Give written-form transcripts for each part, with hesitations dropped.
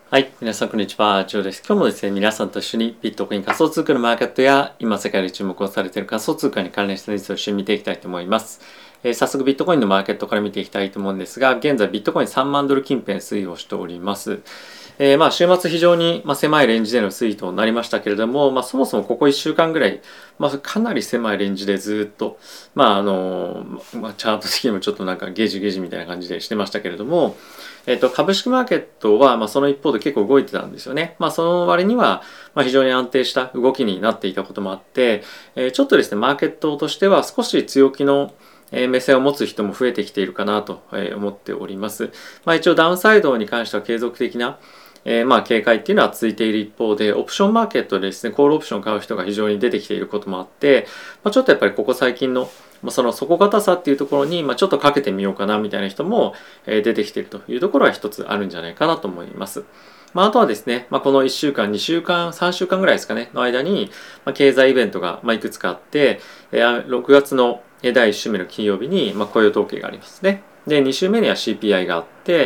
はい、皆さんこんにちは、ジョーです。今日もですね、皆さんと一緒にビットコイン仮想通貨のマーケットや今世界で注目をされている仮想通貨に関連したニュースを一緒に見ていきたいと思います。早速ビットコインのマーケットから見ていきたいと思うんですが、現在ビットコイン3万ドル近辺推移をしております。週末非常に狭いレンジでの推移となりましたけれども、そもそもここ1週間ぐらい、かなり狭いレンジでずっと、チャート的にもちょっとなんかゲジゲジみたいな感じでしてましたけれども、株式マーケットはその一方で結構動いてたんですよね。その割には非常に安定した動きになっていたこともあって、ちょっとですね、マーケットとしては少し強気の目線を持つ人も増えてきているかなと思っております。一応ダウンサイドに関しては継続的な警戒っていうのは続いている一方で、オプションマーケットでですね、コールオプションを買う人が非常に出てきていることもあって、ちょっとやっぱりここ最近のその底堅さっていうところにちょっとかけてみようかなみたいな人も出てきているというところは一つあるんじゃないかなと思います。あとはですね、この1週間、2週間、3週間ぐらいですかね、の間に、経済イベントがいくつかあって、6月の第1週目の金曜日に雇用統計がありますね。で、2週目には CPI があって、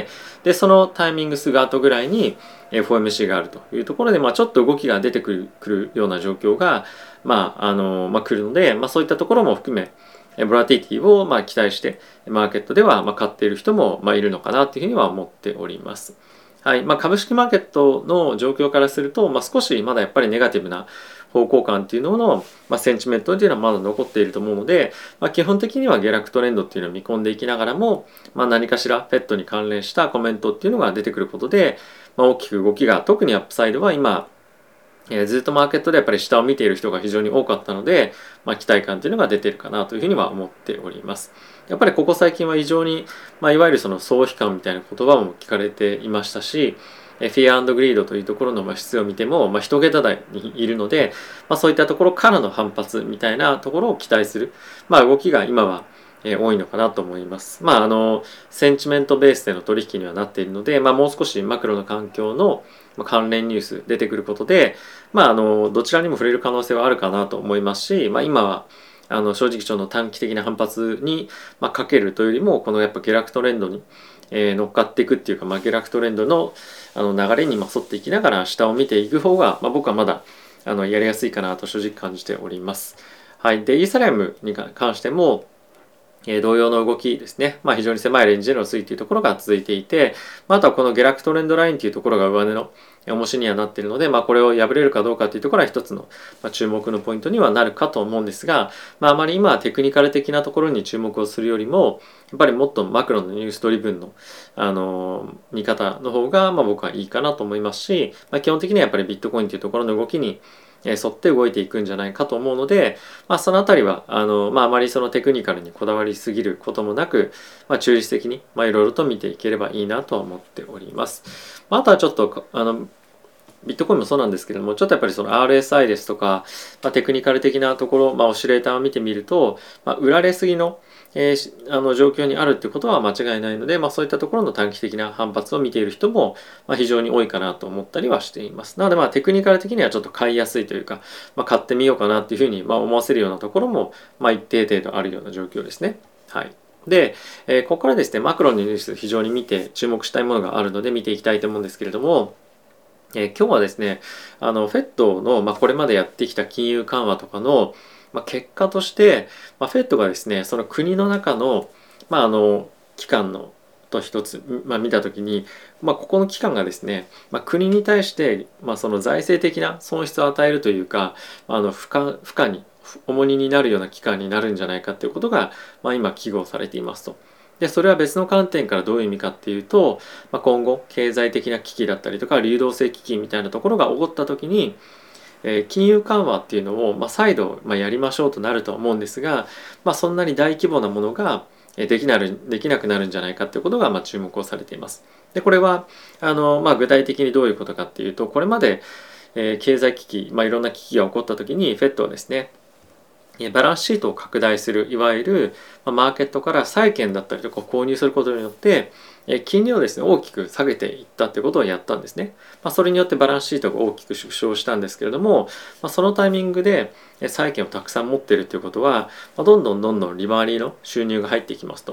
で、そのタイミングすぐ後ぐらいに FOMC があるというところで、ちょっと動きが出てくるような状況が、来るので、そういったところも含め、ボラティティを期待してマーケットでは買っている人もいるのかなというふうには思っております。はい。株式マーケットの状況からすると、少しまだやっぱりネガティブな方向感っていうのの、センチメントっていうのはまだ残っていると思うので、基本的には下落トレンドっていうのを見込んでいきながらも、何かしらペットに関連したコメントっていうのが出てくることで、大きく動きが、特にアップサイドは今、ずっとマーケットでやっぱり下を見ている人が非常に多かったので、期待感というのが出ているかなというふうには思っております。やっぱりここ最近は非常に、いわゆるその総悲観みたいな言葉も聞かれていましたし、フィア&グリードというところの質を見ても、一桁台にいるので、そういったところからの反発みたいなところを期待する、動きが今は多いのかなと思います。センチメントベースでの取引にはなっているので、もう少しマクロの環境の関連ニュース出てくることで、どちらにも触れる可能性はあるかなと思いますし、今は正直その短期的な反発にかけるというよりも、このやっぱ下落トレンドに乗っかっていくっていうか、下落トレンドの流れに沿っていきながら下を見ていく方が、僕はまだやりやすいかなと正直感じております。はい。で、イーサリアムに関しても、同様の動きですね。非常に狭いレンジでの推移というところが続いていて、あとはこの下落トレンドラインというところが上値の重しにはなっているので、これを破れるかどうかというところは一つの注目のポイントにはなるかと思うんですが、あまり今はテクニカル的なところに注目をするよりも、やっぱりもっとマクロのニュースドリブンの、見方の方が僕はいいかなと思いますし、基本的にはやっぱりビットコインというところの動きに沿って動いていくんじゃないかと思うので、そのあたりはあまりそのテクニカルにこだわりすぎることもなく、中立的にいろいろと見ていければいいなとは思っております。あとはちょっとビットコインもそうなんですけれども、ちょっとやっぱりその RSI ですとか、テクニカル的なところ、オシレーターを見てみると、売られすぎの状況にあるっていうことは間違いないので、そういったところの短期的な反発を見ている人も非常に多いかなと思ったりはしています。なのでテクニカル的にはちょっと買いやすいというか、買ってみようかなっていうふうに思わせるようなところも一定程度あるような状況ですね。はい。で、ここからですね、マクロのニュース非常に見て注目したいものがあるので見ていきたいと思うんですけれども、今日はですね、フェットの、これまでやってきた金融緩和とかの、結果として、フェットがですね、その国の中の、機関のと一つ、見たときに、ここの機関がですね、国に対して、その財政的な損失を与えるというか、負荷に、重荷になるような機関になるんじゃないかということが、今、危惧されていますと。で、それは別の観点からどういう意味かっていうと、今後、経済的な危機だったりとか、流動性危機みたいなところが起こったときに、金融緩和っていうのを、再度、やりましょうとなるとは思うんですが、そんなに大規模なものができなくなるんじゃないかということが、注目をされています。で、これは具体的にどういうことかっていうと、これまで、経済危機、いろんな危機が起こった時に FED はですね、バランスシートを拡大する、いわゆるマーケットから債券だったりとかを購入することによって金利をですね大きく下げていったということをやったんですね。それによってバランスシートが大きく縮小したんですけれども、そのタイミングで債券をたくさん持っているということはどんどん利回りの収入が入ってきますと。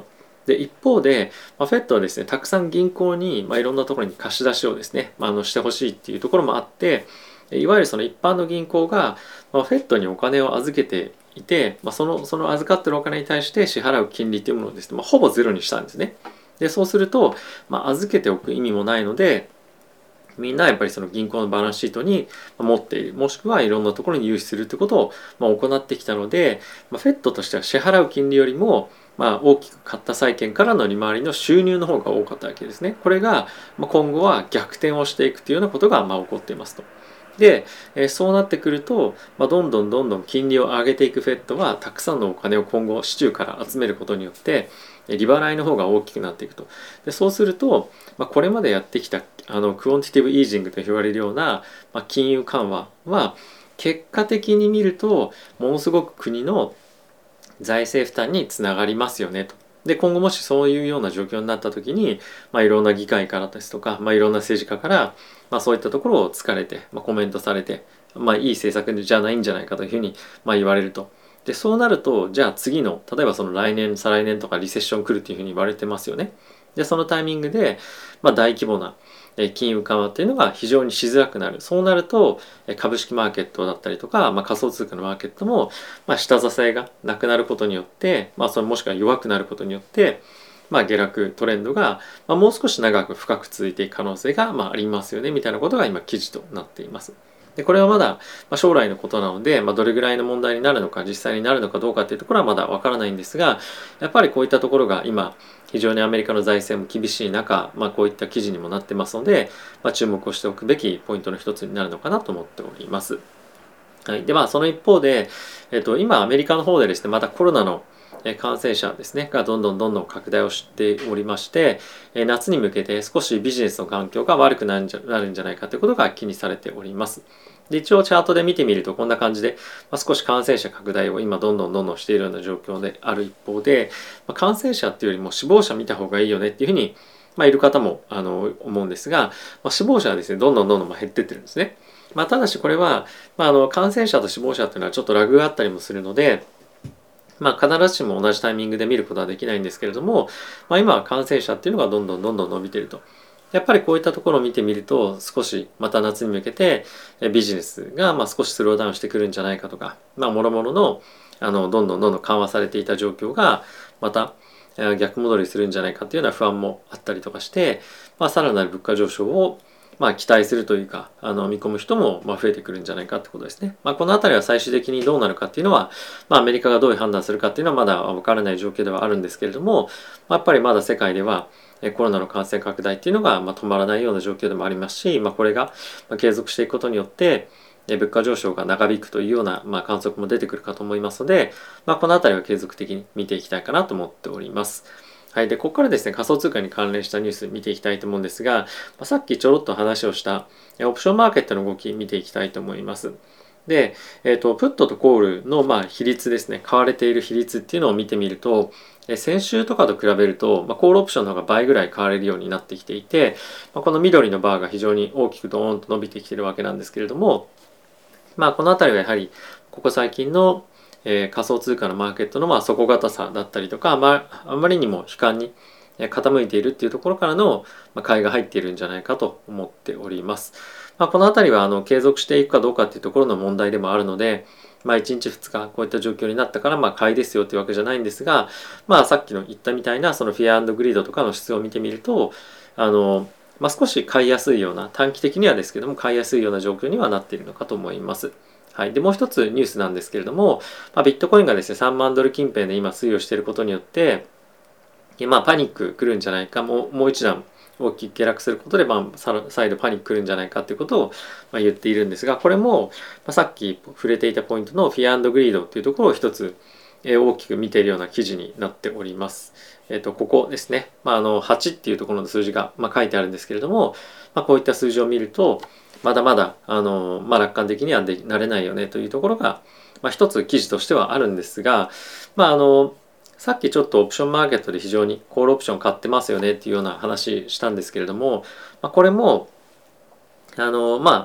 で一方で、フェットはですねたくさん銀行に、いろんなところに貸し出しをですね、してほしいっていうところもあって、いわゆるその一般の銀行が、フェットにお金を預けていて、その預かってるお金に対して支払う金利というものをですね、ほぼゼロにしたんですね。でそうすると、預けておく意味もないので、みんなやっぱりその銀行のバランスシートに持っている、もしくはいろんなところに融資するということを行ってきたので、フェットとしては支払う金利よりも大きく買った債券からの利回りの収入の方が多かったわけですね。これが今後は逆転をしていくというようなことが起こっていますと。で、そうなってくると、どんどんどんどん金利を上げていくフェットはたくさんのお金を今後市中から集めることによって利払いの方が大きくなっていくと。でそうすると、これまでやってきたクオンティティブイージングと言われるような、金融緩和は結果的に見るとものすごく国の財政負担につながりますよねと。で今後もしそういうような状況になった時に、いろんな議会からですとか、いろんな政治家から、そういったところを突かれて、コメントされて、いい政策じゃないんじゃないかというふうに、言われると。でそうなるとじゃあ次の例えばその来年再来年とかリセッション来るっていうふうに言われてますよね。でそのタイミングで、大規模な金融緩和っていうのが非常にしづらくなる。そうなると株式マーケットだったりとか、仮想通貨のマーケットも、下支えがなくなることによって、それもしくは弱くなることによって、下落トレンドが、もう少し長く深く続いていく可能性が、ありますよねみたいなことが今記事となっています。でこれはまだ将来のことなので、どれぐらいの問題になるのか実際になるのかどうかっていうところはまだわからないんですが、やっぱりこういったところが今非常にアメリカの財政も厳しい中、こういった記事にもなってますので、注目をしておくべきポイントの一つになるのかなと思っております。はい、でその一方で、今アメリカの方でですねまたコロナの感染者ですねがどんどん拡大をしておりまして、夏に向けて少しビジネスの環境が悪くなるんじゃないかということが気にされております。で一応チャートで見てみるとこんな感じで、少し感染者拡大を今どんどんしているような状況である一方で、感染者っていうよりも死亡者見た方がいいよねっていうふうに、いる方も思うんですが、死亡者はですねどんどん減ってってるんですね。ただしこれは、感染者と死亡者っていうのはちょっとラグがあったりもするので、必ずしも同じタイミングで見ることはできないんですけれども、今は感染者っていうのがどんどん伸びていると。やっぱりこういったところを見てみると少しまた夏に向けてビジネスが少しスローダウンしてくるんじゃないかとか、もろもろのどんどん緩和されていた状況がまた逆戻りするんじゃないかというような不安もあったりとかして、さらなる物価上昇を期待するというか見込む人も増えてくるんじゃないかってことですね。この辺りは最終的にどうなるかっていうのは、アメリカがどういう判断するかっていうのはまだ分からない状況ではあるんですけれども、やっぱりまだ世界ではコロナの感染拡大っていうのが止まらないような状況でもありますし、これが継続していくことによって物価上昇が長引くというような観測も出てくるかと思いますので、この辺りは継続的に見ていきたいかなと思っております。はい、でここからですね仮想通貨に関連したニュース見ていきたいと思うんですが、さっきちょろっと話をしたオプションマーケットの動き見ていきたいと思います。で、プットとコールの比率ですね、買われている比率っていうのを見てみると、先週とかと比べると、コールオプションの方が倍ぐらい買われるようになってきていて、この緑のバーが非常に大きくドーンと伸びてきているわけなんですけれども、この辺りはやはりここ最近の仮想通貨のマーケットの底堅さだったりとか、あまりにも悲観に傾いているっていうところからの買いが入っているんじゃないかと思っております。この辺りは継続していくかどうかっていうところの問題でもあるので、1日2日こういった状況になったから買いですよっていうわけじゃないんですが、さっきの言ったみたいなそのフィア&グリードとかの質を見てみると少し買いやすいような、短期的にはですけども買いやすいような状況にはなっているのかと思います。はい、でもう一つニュースなんですけれども、ビットコインがですね3万ドル近辺で今推移をしていることによってパニック来るんじゃないか、もう一段大きく下落することで、再度パニック来るんじゃないかということを言っているんですが、これもさっき触れていたポイントのフィア&グリードっていうところを一つ大きく見ているような記事になっております。ここですね、8っていうところの数字が書いてあるんですけれども、こういった数字を見るとまだまだ楽観的にはなれないよねというところが、一つ記事としてはあるんですが、さっきちょっとオプションマーケットで非常にコールオプション買ってますよねっていうような話したんですけれども、これも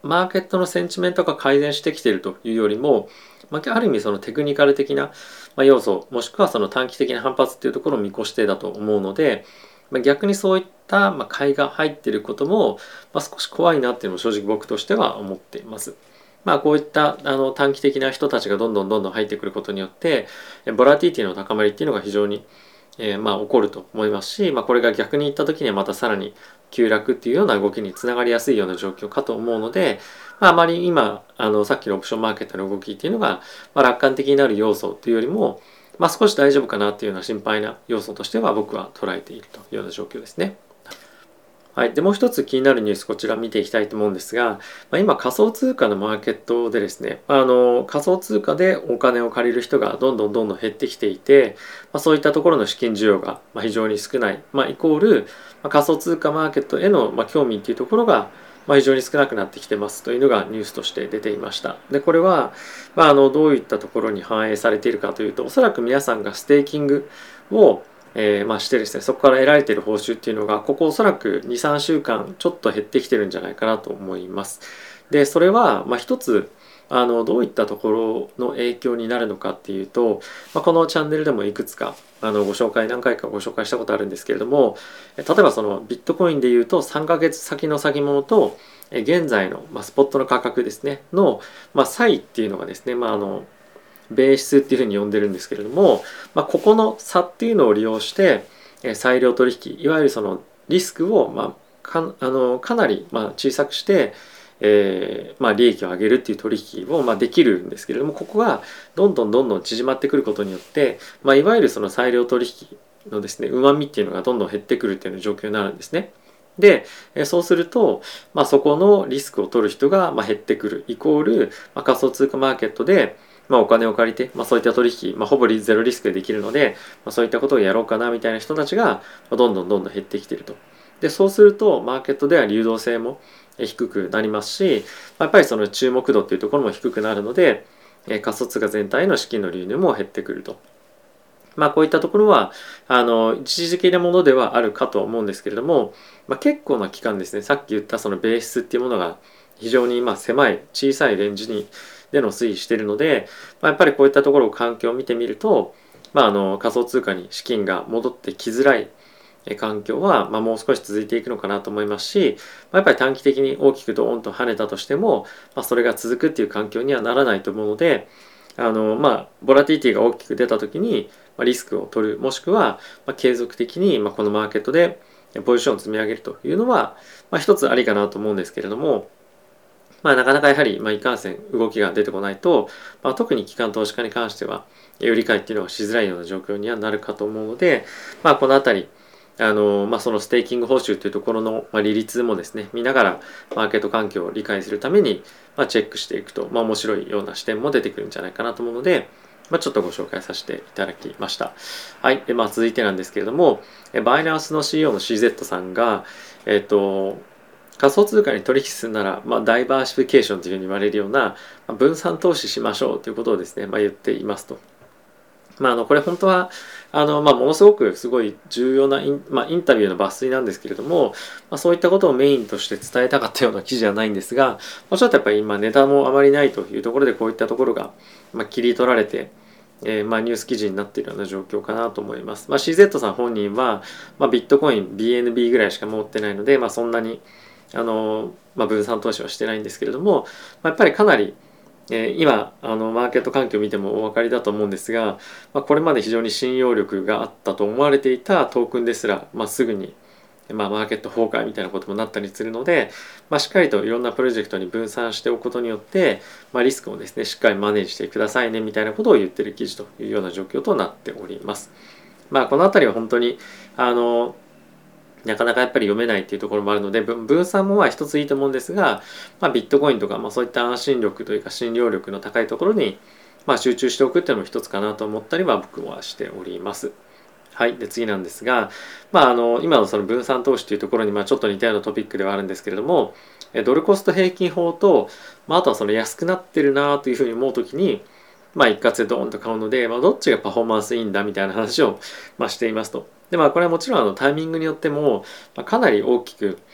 マーケットのセンチメントが改善してきているというよりも、ある意味そのテクニカル的な要素、もしくはその短期的な反発っていうところを見越してだと思うので、逆にそういった買いが入っていることも、少し怖いなっていうのも正直僕としては思っています。こういった短期的な人たちがどんどん入ってくることによってボラティティの高まりっていうのが非常に起こると思いますし、これが逆に言った時にはまたさらに急落っていうような動きにつながりやすいような状況かと思うので、あまり今さっきのオプションマーケットの動きっていうのが、楽観的になる要素というよりも、少し大丈夫かなっていうような心配な要素としては僕は捉えているというような状況ですね。はい。で、もう一つ気になるニュース、こちら見ていきたいと思うんですが、今仮想通貨のマーケットでですね、仮想通貨でお金を借りる人がどんどん減ってきていて、そういったところの資金需要が非常に少ない、イコール仮想通貨マーケットへの興味っていうところが非常に少なくなってきてますというのがニュースとして出ていました。で、これは、どういったところに反映されているかというと、おそらく皆さんがステーキングをしてですね、そこから得られている報酬っていうのが、ここおそらく2、3週間ちょっと減ってきてるんじゃないかなと思います。で、それは、一つ、どういったところの影響になるのかっていうと、このチャンネルでもいくつか、何回かご紹介したことあるんですけれども、例えばそのビットコインでいうと3ヶ月先の先物と、現在の、スポットの価格ですね、の、差異っていうのがですね、ベーシスっていうふうに呼んでるんですけれども、ここの差っていうのを利用して裁量取引、いわゆるそのリスクをかなり小さくして、利益を上げるっていう取引をできるんですけれども、ここがどんどん縮まってくることによって、いわゆるその裁量取引のですね、旨味っていうのがどんどん減ってくるっていうような状況になるんですね。で、そうすると、そこのリスクを取る人が減ってくるイコール、仮想通貨マーケットでお金を借りて、そういった取引、ほぼゼロリスクでできるので、そういったことをやろうかなみたいな人たちがどんどん減ってきていると。で、そうするとマーケットでは流動性も低くなりますし、やっぱりその注目度っていうところも低くなるので、仮想通貨全体の資金の流入も減ってくると。こういったところは一時的なものではあるかと思うんですけれども、結構な期間ですね、さっき言ったそのベースっていうものが非常に狭い小さいレンジでの推移しているので、やっぱりこういったところを環境を見てみると、仮想通貨に資金が戻ってきづらい環境はもう少し続いていくのかなと思いますし、やっぱり短期的に大きくドーンと跳ねたとしても、それが続くっていう環境にはならないと思うので、ボラティティが大きく出た時にリスクを取る、もしくは継続的にこのマーケットでポジションを積み上げるというのは一つありかなと思うんですけれども、なかなかやはりいかんせん動きが出てこないと、特に機関投資家に関しては売り買いっていうのはしづらいような状況にはなるかと思うので、このあたりそのステーキング報酬というところの利率もですね見ながらマーケット環境を理解するためにチェックしていくと面白いような視点も出てくるんじゃないかなと思うので、ちょっとご紹介させていただきました。はい。で、続いてなんですけれども、バイナンスの CEO の CZ さんが、仮想通貨に取引するなら、ダイバーシフィケーションというふうに言われるような、分散投資しましょうということをですね、言っていますと。これ本当はものすごくすごい重要なインタビューの抜粋なんですけれども、そういったことをメインとして伝えたかったような記事はないんですが、ちょっとやっぱり今ネタもあまりないというところでこういったところが切り取られて、ニュース記事になっているような状況かなと思います。CZ さん本人は、ビットコイン BNB ぐらいしか持ってないので、そんなに分散投資はしてないんですけれども、やっぱりかなり今マーケット環境を見てもお分かりだと思うんですが、これまで非常に信用力があったと思われていたトークンですら、すぐにマーケット崩壊みたいなこともなったりするので、しっかりといろんなプロジェクトに分散しておくことによって、リスクをですねしっかりマネージしてくださいねみたいなことを言ってる記事というような状況となっております。この辺りは本当になかなかやっぱり読めないっていうところもあるので、分散も一ついいと思うんですが、ビットコインとか、そういった安心力というか信用力の高いところに、集中しておくっていうのも一つかなと思ったりは僕はしております。はい。で、次なんですが、今のその分散投資というところにちょっと似たようなトピックではあるんですけれども、ドルコスト平均法と、あとはその安くなってるなというふうに思うときに、一括でドーンと買うので、どっちがパフォーマンスいいんだみたいな話を、していますと。でこれはもちろんタイミングによっても、かなり大きく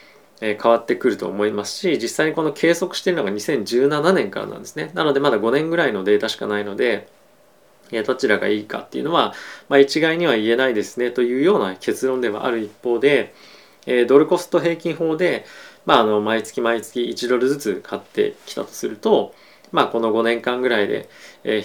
変わってくると思いますし、実際にこの計測しているのが2017年からなんですね。なのでまだ5年ぐらいのデータしかないので、どちらがいいかっていうのは、一概には言えないですねというような結論ではある一方で、ドルコスト平均法で、毎月毎月1ドルずつ買ってきたとすると、この5年間ぐらいで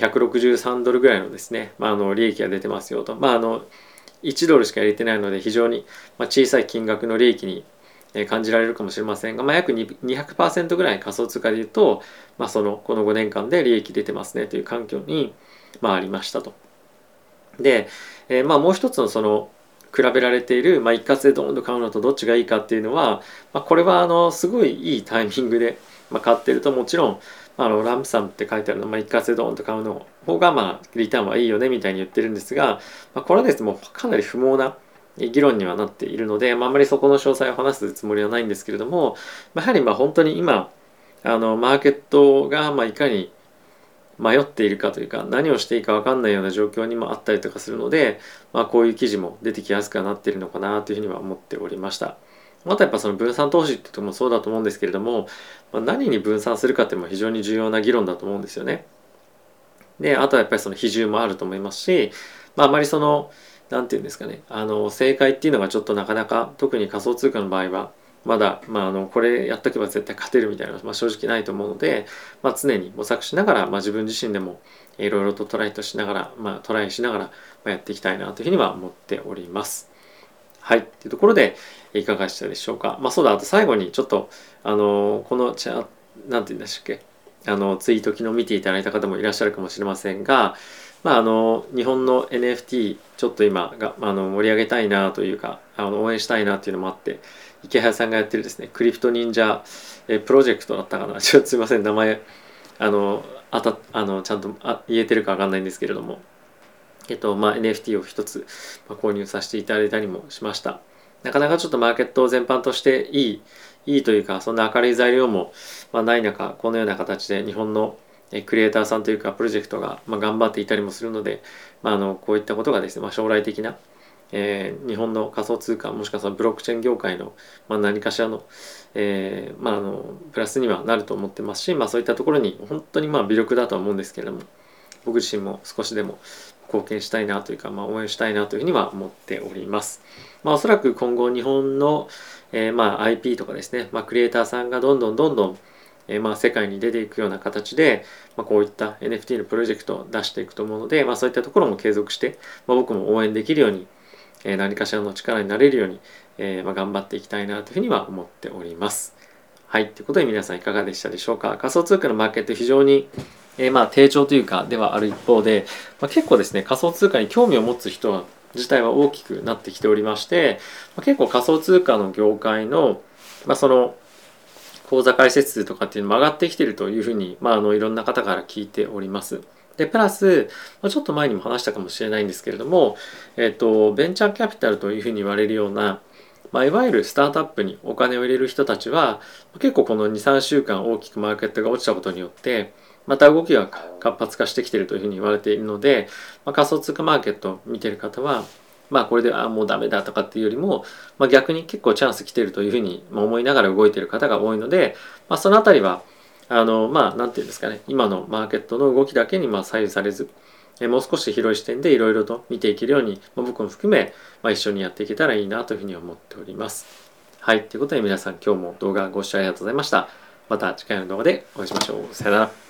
163ドルぐらいのですね、利益が出てますよと。1ドルしか入れてないので非常に小さい金額の利益に感じられるかもしれませんが、約200% ぐらい仮想通貨でいうと、この5年間で利益出てますねという環境に、ありましたと。で、もう一つのその比べられている、一括でドーンと買うのとどっちがいいかっていうのは、これはすごいいいタイミングで、買ってるともちろんランプサムって書いてあるの、一括でドーンと買うの方がリターンはいいよねみたいに言ってるんですが、これはですねもうかなり不毛な議論にはなっているので、あんまりそこの詳細を話すつもりはないんですけれども、やはり本当に今マーケットがいかに迷っているかというか何をしていいか分かんないような状況にもあったりとかするので、こういう記事も出てきやすくはなっているのかなというふうには思っておりました。またやっぱその分散投資ってとこもそうだと思うんですけれども、何に分散するかっていうのも非常に重要な議論だと思うんですよね。であとはやっぱりその比重もあると思いますし、あまりそのなんていうんですかね、正解っていうのがちょっとなかなか特に仮想通貨の場合はまだ、これやっとけば絶対勝てるみたいなのは、正直ないと思うので、常に模索しながら、自分自身でもいろいろとトライしながら、やっていきたいなというふうには思っております。はい。というところで、いかがでしたでしょうか。そうだ、あと最後にちょっと、このなんて言うんでしたっけ、ツイート昨日見ていただいた方もいらっしゃるかもしれませんが、日本の NFT ちょっと今が盛り上げたいなというか応援したいなというのもあって、池原さんがやってるですねクリプト忍者プロジェクトだったかな、ちょっとすいません名前ちゃんと言えてるか分かんないんですけれども、NFT を一つ購入させていただいたりもしました。なかなかちょっとマーケット全般としていいというか、そんな明るい材料もない中、このような形で日本のクリエイターさんというかプロジェクトが頑張っていたりもするので、こういったことがですね、将来的な日本の仮想通貨もしくはそのブロックチェーン業界の何かしらのプラスにはなると思ってますし、そういったところに本当に微力だとは思うんですけれども、僕自身も少しでも貢献したいなというか、応援したいなというふうには思っております。おそらく今後日本の、IP とかですね、クリエイターさんがどんどん世界に出ていくような形で、こういった NFT のプロジェクトを出していくと思うので、そういったところも継続して、僕も応援できるように、何かしらの力になれるように、頑張っていきたいなというふうには思っております。はい、ということで皆さんいかがでしたでしょうか。仮想通貨のマーケット非常に低調というかではある一方で、結構ですね仮想通貨に興味を持つ人自体は大きくなってきておりまして、結構仮想通貨の業界の、その口座開設数とかっていうのも上がってきているというふうに、いろんな方から聞いております。でプラス、ちょっと前にも話したかもしれないんですけれども、ベンチャーキャピタルというふうに言われるような、いわゆるスタートアップにお金を入れる人たちは結構この 2,3 週間大きくマーケットが落ちたことによってまた動きが活発化してきているというふうに言われているので、仮想通貨マーケットを見ている方はこれでもうダメだとかっていうよりも、逆に結構チャンス来ているというふうに思いながら動いている方が多いので、そのあたりはなんていうんですかね、今のマーケットの動きだけに左右されず、もう少し広い視点でいろいろと見ていけるように、僕も含め、一緒にやっていけたらいいなというふうに思っております。はい、ということで皆さん今日も動画ご視聴ありがとうございました。また次回の動画でお会いしましょう。さよなら。